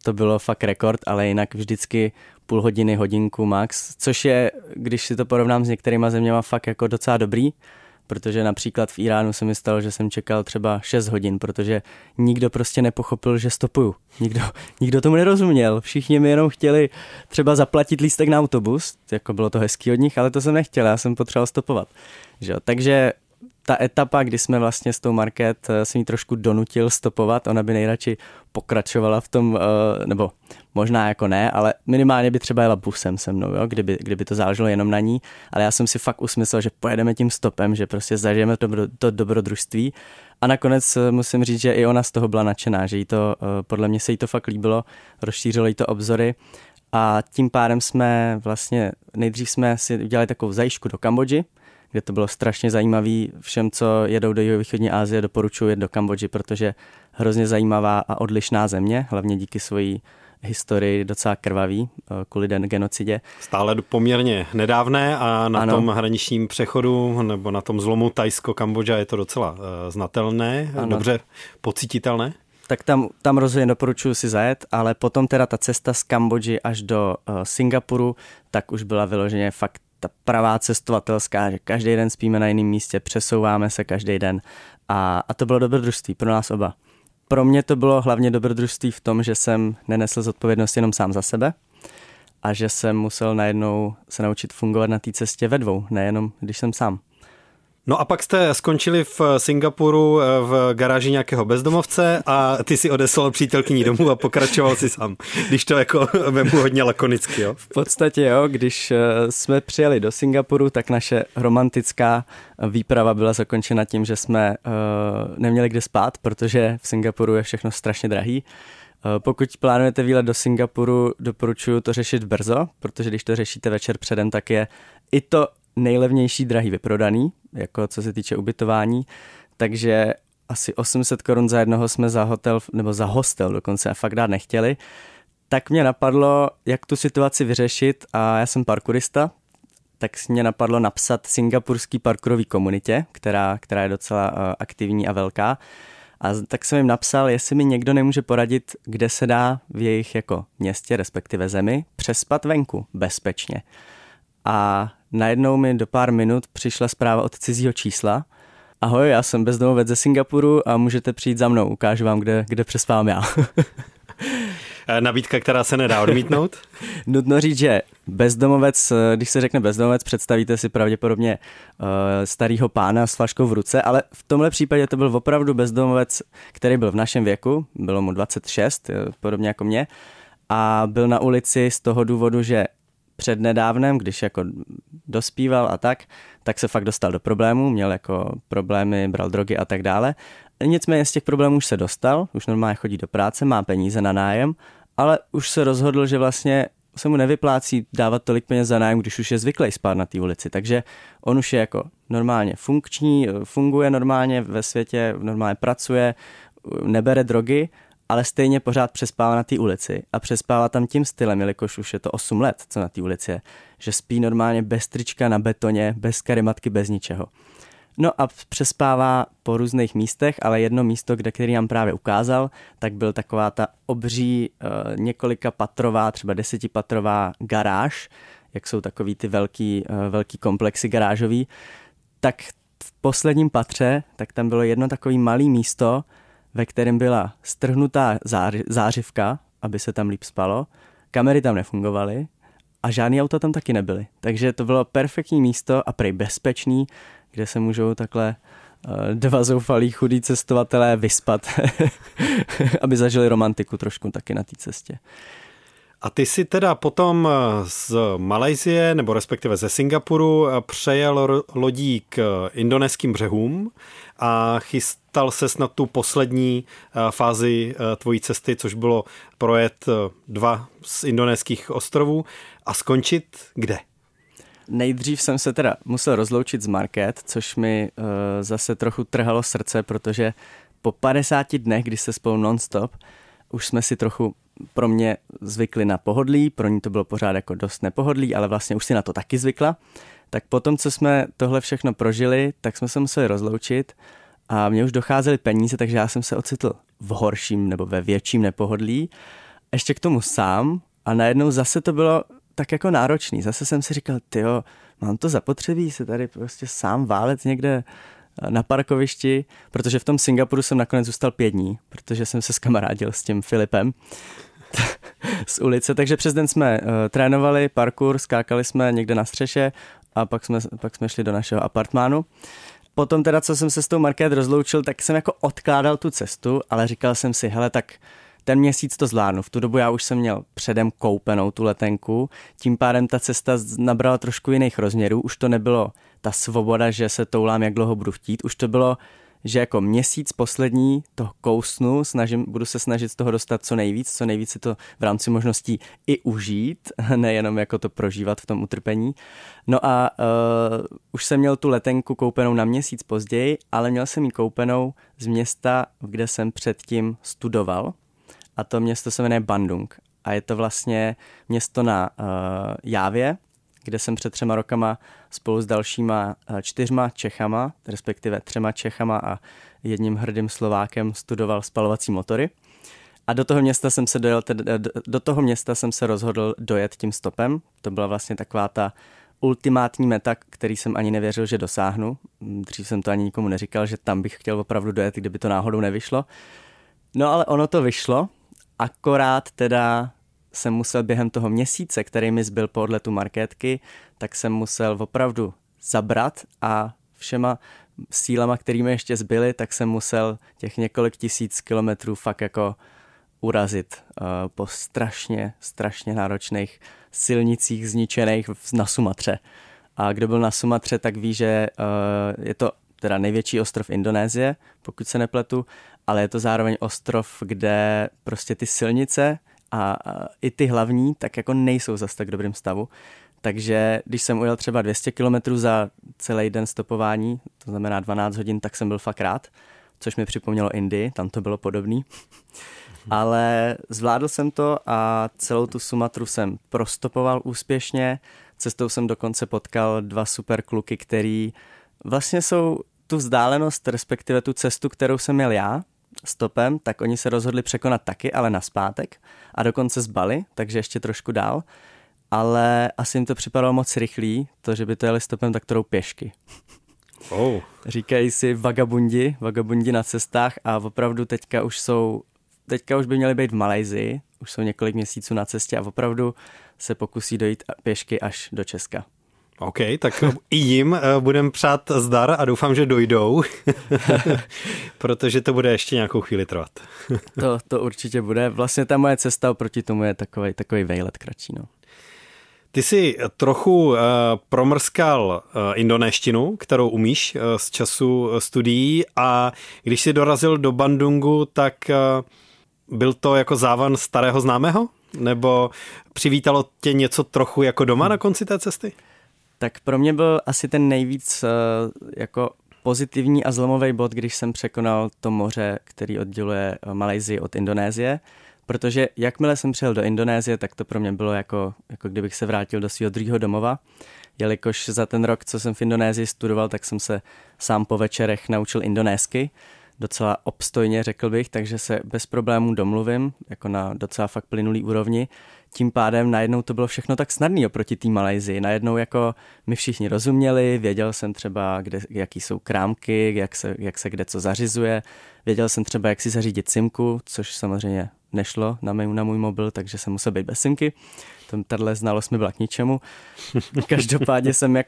to bylo fakt rekord, ale jinak vždycky půl hodiny, hodinku max, což je, když si to porovnám s některýma zeměma, fakt jako docela dobrý, protože například v Iránu se mi stalo, že jsem čekal třeba 6 hodin, protože nikdo prostě nepochopil, že stopuju. Nikdo tomu nerozuměl. Všichni mi jenom chtěli třeba zaplatit lístek na autobus, jako bylo to hezký od nich, ale to jsem nechtěl, já jsem potřeboval stopovat. Že? Takže ta etapa, kdy jsme vlastně s tou Market jsem jí trošku donutil stopovat, ona by nejradši pokračovala v tom, nebo možná jako ne, ale minimálně by třeba jela busem se mnou, jo, kdyby to záleželo jenom na ní, ale já jsem si fakt usmyslel, že pojedeme tím stopem, že prostě zažijeme to dobrodružství a nakonec musím říct, že i ona z toho byla nadšená, že jí to, podle mě se jí to fakt líbilo, rozšířilo jí to obzory a tím pádem jsme vlastně, nejdřív jsme si udělali takovou zajížďku do Kambodži, kde to bylo strašně zajímavý. Všem, co jedou do jihovýchodní Asie, doporučuji jet do Kambodži, protože hrozně zajímavá a odlišná země, hlavně díky svojí historii docela krvavý, kvůli genocidě. Stále poměrně nedávné a na tom hraničním přechodu nebo na tom zlomu Thajsko-Kambodža je to docela znatelné, dobře pocítitelné. Tak tam rozhodně doporučuji si zajet, ale potom teda ta cesta z Kambodži až do Singapuru, tak už byla vyloženě fakt ta pravá cestovatelská, že každý den spíme na jiném místě, přesouváme se každý den a to bylo dobrodružství pro nás oba. Pro mě to bylo hlavně dobrodružství v tom, že jsem nenesl zodpovědnost jenom sám za sebe a že jsem musel najednou se naučit fungovat na té cestě ve dvou, nejenom když jsem sám. No a pak jste skončili v Singapuru v garáži nějakého bezdomovce a ty si odeslal přítelkyni domů a pokračoval si sám, když to jako vemu hodně lakonicky, jo? V podstatě jo, když jsme přijeli do Singapuru, tak naše romantická výprava byla zakončena tím, že jsme neměli kde spát, protože v Singapuru je všechno strašně drahý. Pokud plánujete výlet do Singapuru, doporučuji to řešit brzo, protože když to řešíte večer předem, tak je i to nejlevnější drahý vyprodaný, jako co se týče ubytování, takže asi 800 korun za jednoho jsme za hotel, nebo za hostel dokonce a fakt dát nechtěli, tak mě napadlo, jak tu situaci vyřešit a já jsem parkourista, tak mě napadlo napsat singapurský parkourový komunitě, která je docela aktivní a velká. A tak jsem jim napsal, jestli mi někdo nemůže poradit, kde se dá v jejich jako městě, respektive zemi, přespat venku bezpečně. A najednou mi do pár minut přišla zpráva od cizího čísla. Ahoj, já jsem bezdomovec ze Singapuru a můžete přijít za mnou, ukážu vám, kde přespávám já. Nabídka, která se nedá odmítnout? Nutno říct, že bezdomovec, když se řekne bezdomovec, představíte si pravděpodobně starýho pána s flaškou v ruce, ale v tomhle případě to byl opravdu bezdomovec, který byl v našem věku, bylo mu 26, podobně jako mě, a byl na ulici z toho důvodu, že přednedávnem, když jako dospíval a tak se fakt dostal do problémů, měl jako problémy, bral drogy a tak dále. Nicméně z těch problémů už se dostal, už normálně chodí do práce, má peníze na nájem, ale už se rozhodl, že vlastně se mu nevyplácí dávat tolik peněz za nájem, když už je zvyklý spát na té ulici. Takže on už je jako normálně funkční, funguje normálně ve světě, normálně pracuje, nebere drogy, ale stejně pořád přespává na té ulici a přespává tam tím stylem, jelikož už je to 8 let, co na té ulici je, že spí normálně bez trička na betoně, bez karimatky, bez ničeho. No a přespává po různých místech, ale jedno místo, který nám právě ukázal, tak byl taková ta obří několika patrová, třeba 10patrová garáž, jak jsou takový ty velký komplexy garážový, tak v posledním patře, tak tam bylo jedno takový malý místo, ve kterém byla strhnutá zářivka, aby se tam líp spalo, kamery tam nefungovaly a žádný auta tam taky nebyly. Takže to bylo perfektní místo a prej bezpečný, kde se můžou takhle dva zoufalí chudí cestovatelé vyspat, aby zažili romantiku trošku taky na té cestě. A ty si teda potom z Malajsie, nebo respektive ze Singapuru, přejel lodí k indonéským břehům a chystal ses na tu poslední fázi tvojí cesty, což bylo projet 2 z indonéských ostrovů a skončit kde? Nejdřív jsem se teda musel rozloučit z Market, což mi zase trochu trhalo srdce, protože po 50 dnech, kdy se spolu non-stop, už jsme si trochu pro mě zvykli na pohodlí, pro ní to bylo pořád jako dost nepohodlí, ale vlastně už si na to taky zvykla. Tak potom, co jsme tohle všechno prožili, tak jsme se museli rozloučit a mě už docházely peníze, takže já jsem se ocitl v horším nebo ve větším nepohodlí. ještě k tomu sám a najednou zase to bylo tak jako náročný. Zase jsem si říkal, tyjo, mám to zapotřebí se tady prostě sám válet někde na parkovišti, protože v tom Singapuru jsem nakonec zůstal 5 dní, protože jsem se skamarádil s tím Filipem z ulice, takže přes den jsme trénovali parkour, skákali jsme někde na střeše a pak jsme šli do našeho apartmánu. Potom teda, co jsem se s tou Markétou rozloučil, tak jsem jako odkládal tu cestu, ale říkal jsem si, hele, tak ten měsíc to zvládnu. V tu dobu já už jsem měl předem koupenou tu letenku, tím pádem ta cesta nabrala trošku jiných rozměrů, už to nebylo ta svoboda, že se toulám, jak dlouho budu chtít, už to bylo, že jako měsíc poslední to kousnu, budu se snažit z toho dostat co nejvíc si to v rámci možností i užít, nejenom jako to prožívat v tom utrpení. No a už jsem měl tu letenku koupenou na měsíc později, ale měl jsem ji koupenou z města, kde jsem předtím studoval, a to město se jmenuje Bandung. A je to vlastně město na Jávě, kde jsem před 3 rokama spolu s dalšíma 4 Čechama, respektive 3 Čechama a 1 hrdým Slovákem studoval spalovací motory. A do toho města jsem se rozhodl dojet tím stopem. To byla vlastně taková ta ultimátní meta, který jsem ani nevěřil, že dosáhnu. Dřív jsem to ani nikomu neříkal, že tam bych chtěl opravdu dojet, kdyby to náhodou nevyšlo. No ale ono to vyšlo, akorát teda jsem musel během toho měsíce, který mi zbyl po odletu Markétky, tak jsem musel opravdu zabrat a všema sílama, kterými ještě zbyly, tak jsem musel těch několik tisíc kilometrů fakt jako urazit po strašně náročných silnicích zničených na Sumatře. A kdo byl na Sumatře, tak ví, že je to teda největší ostrov Indonésie, pokud se nepletu, ale je to zároveň ostrov, kde prostě ty silnice a i ty hlavní tak jako nejsou zas tak dobrým stavu. Takže když jsem ujel třeba 200 km za celý den stopování, to znamená 12 hodin, tak jsem byl fakt rád, což mi připomnělo Indii, tam to bylo podobný. Ale zvládl jsem to a celou tu Sumatru jsem prostopoval úspěšně. Cestou jsem dokonce potkal 2 super kluky, který vlastně jsou tu vzdálenost, respektive tu cestu, kterou jsem měl já stopem, tak oni se rozhodli překonat taky, ale nazpátek a dokonce z Bali, takže ještě trošku dál. Ale asi jim to připadalo moc rychlý, to, že by to jeli stopem, tak to jdou pěšky. Oh. Říkají si vagabundi na cestách a opravdu teďka už by měli být v Malajsii, už jsou několik měsíců na cestě a opravdu se pokusí dojít pěšky až do Česka. OK, tak i jim budem přát zdar a doufám, že dojdou, protože to bude ještě nějakou chvíli trvat. To určitě bude. Vlastně ta moje cesta oproti tomu je takový vejlet kratší. No. Ty jsi trochu promrskal indonéštinu, kterou umíš z času studií, a když jsi dorazil do Bandungu, tak byl to jako závan starého známého? Nebo přivítalo tě něco trochu jako doma na konci té cesty? Tak pro mě byl asi ten nejvíc jako pozitivní a zlomový bod, když jsem překonal to moře, který odděluje Malajsii od Indonésie, protože jakmile jsem přijel do Indonésie, tak to pro mě bylo jako kdybych se vrátil do svého druhého domova, jelikož za ten rok, co jsem v Indonésii studoval, tak jsem se sám po večerech naučil indonésky, docela obstojně řekl bych, takže se bez problémů domluvím, jako na docela fakt plynulý úrovni. Tím pádem najednou to bylo všechno tak snadný oproti té Malajsii. Najednou jako my všichni rozuměli, věděl jsem třeba, jaký jsou krámky, jak se kde co zařizuje. Věděl jsem třeba, jak si zařídit simku, což samozřejmě nešlo na můj mobil, takže jsem musel být bez simky. Tahle znalost mi byla k ničemu. Každopádně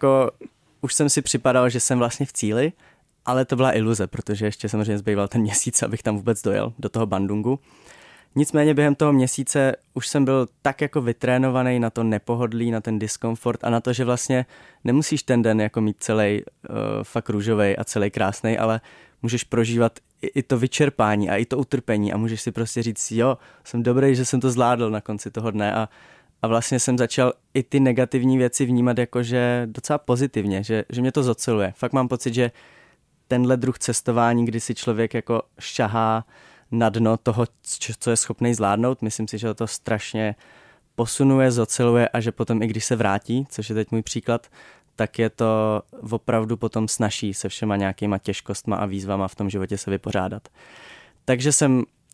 už jsem si připadal, že jsem vlastně v cíli, ale to byla iluze, protože ještě samozřejmě zbýval ten měsíc, abych tam vůbec dojel do toho Bandungu. Nicméně během toho měsíce už jsem byl tak jako vytrénovaný na to nepohodlí, na ten diskomfort a na to, že vlastně nemusíš ten den jako mít celý fakt růžovej a celý krásnej, ale můžeš prožívat i to vyčerpání a i to utrpení a můžeš si prostě říct, jo, jsem dobrý, že jsem to zvládl na konci toho dne a vlastně jsem začal i ty negativní věci vnímat jakože docela pozitivně, že mě to zoceluje. Fakt mám pocit, že tenhle druh cestování, kdy si člověk jako šahá na dno toho, co je schopný zvládnout, myslím si, že to strašně posunuje, zoceluje a že potom i když se vrátí, což je teď můj příklad, tak je to opravdu potom snazší se všema nějakýma těžkostma a výzvama v tom životě se vypořádat. Takže jsem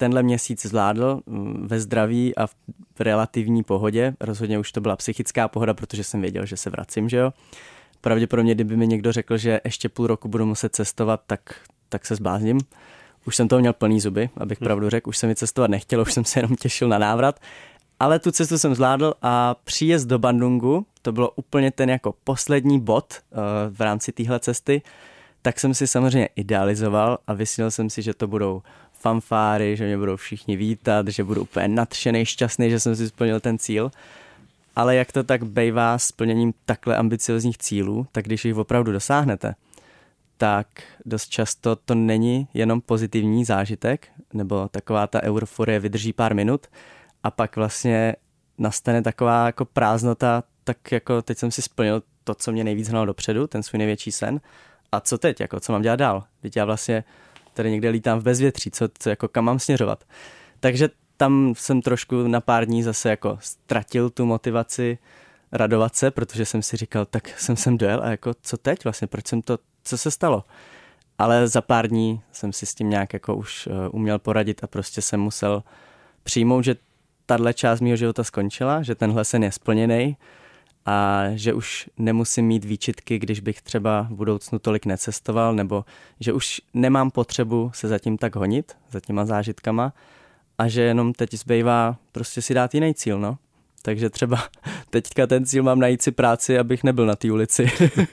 tenhle měsíc zvládl ve zdraví a v relativní pohodě. Rozhodně už to byla psychická pohoda, protože jsem věděl, že se vracím, že jo. Pravděpodobně, kdyby mi někdo řekl, že ještě půl roku budu muset cestovat, tak se zblázním. Už jsem toho měl plný zuby, abych pravdu řekl. Už se mi cestovat nechtělo, už jsem se jenom těšil na návrat. Ale tu cestu jsem zvládl a příjezd do Bandungu, to bylo úplně ten jako poslední bod v rámci téhle cesty, tak jsem si samozřejmě idealizoval a vysnil jsem si, že to budou fanfáry, že mě budou všichni vítat, že budu úplně nadšený, šťastný, že jsem si splnil ten cíl. Ale jak to tak bejvá s plněním takhle ambiciozních cílů, tak když jich opravdu dosáhnete, tak dost často to není jenom pozitivní zážitek, nebo taková ta euforie vydrží pár minut a pak vlastně nastane taková jako prázdnota, tak jako teď jsem si splnil to, co mě nejvíc hnalo dopředu, ten svůj největší sen. A co teď, jako co mám dělat dál? Teď já vlastně tady někde lítám v bezvětří, co jako kam mám směřovat? Takže tam jsem trošku na pár dní zase jako ztratil tu motivaci radovat se, protože jsem si říkal, tak jsem sem dojel a jako co teď vlastně, co se stalo? Ale za pár dní jsem si s tím nějak jako už uměl poradit a prostě jsem musel přijmout, že tahle část mýho života skončila, že tenhle sen je splněný a že už nemusím mít výčitky, když bych třeba v budoucnu tolik necestoval, nebo že už nemám potřebu se zatím tak honit, za těma zážitkama a že jenom teď zbývá prostě si dát jiný cíl, no. Takže třeba teďka ten cíl mám najít si práci, abych nebyl na té ulici.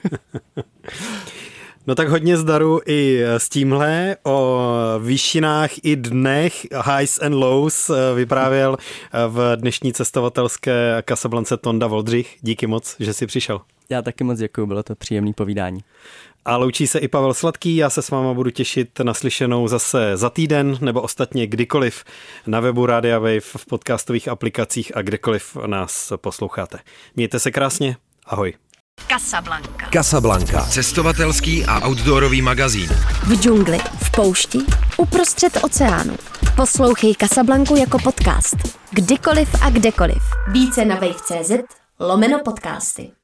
No tak hodně zdaru i s tímhle. O výšinách i dnech, highs and lows, vyprávěl v dnešní cestovatelské Casablance Tonda Voldřich. Díky moc, že jsi přišel. Já taky moc děkuju, bylo to příjemný povídání. A loučí se i Pavel Sladký, já se s váma budu těšit na slyšenou zase za týden, nebo ostatně kdykoliv na webu Rádia Wave, v podcastových aplikacích a kdekoliv nás posloucháte. Mějte se krásně, ahoj. Casablanca. Cestovatelský a outdoorový magazín. V džungli, v poušti, uprostřed oceánu. Poslouchej Casablanku jako podcast. Kdykoliv a kdekoliv. Více na wave.cz/podcasty.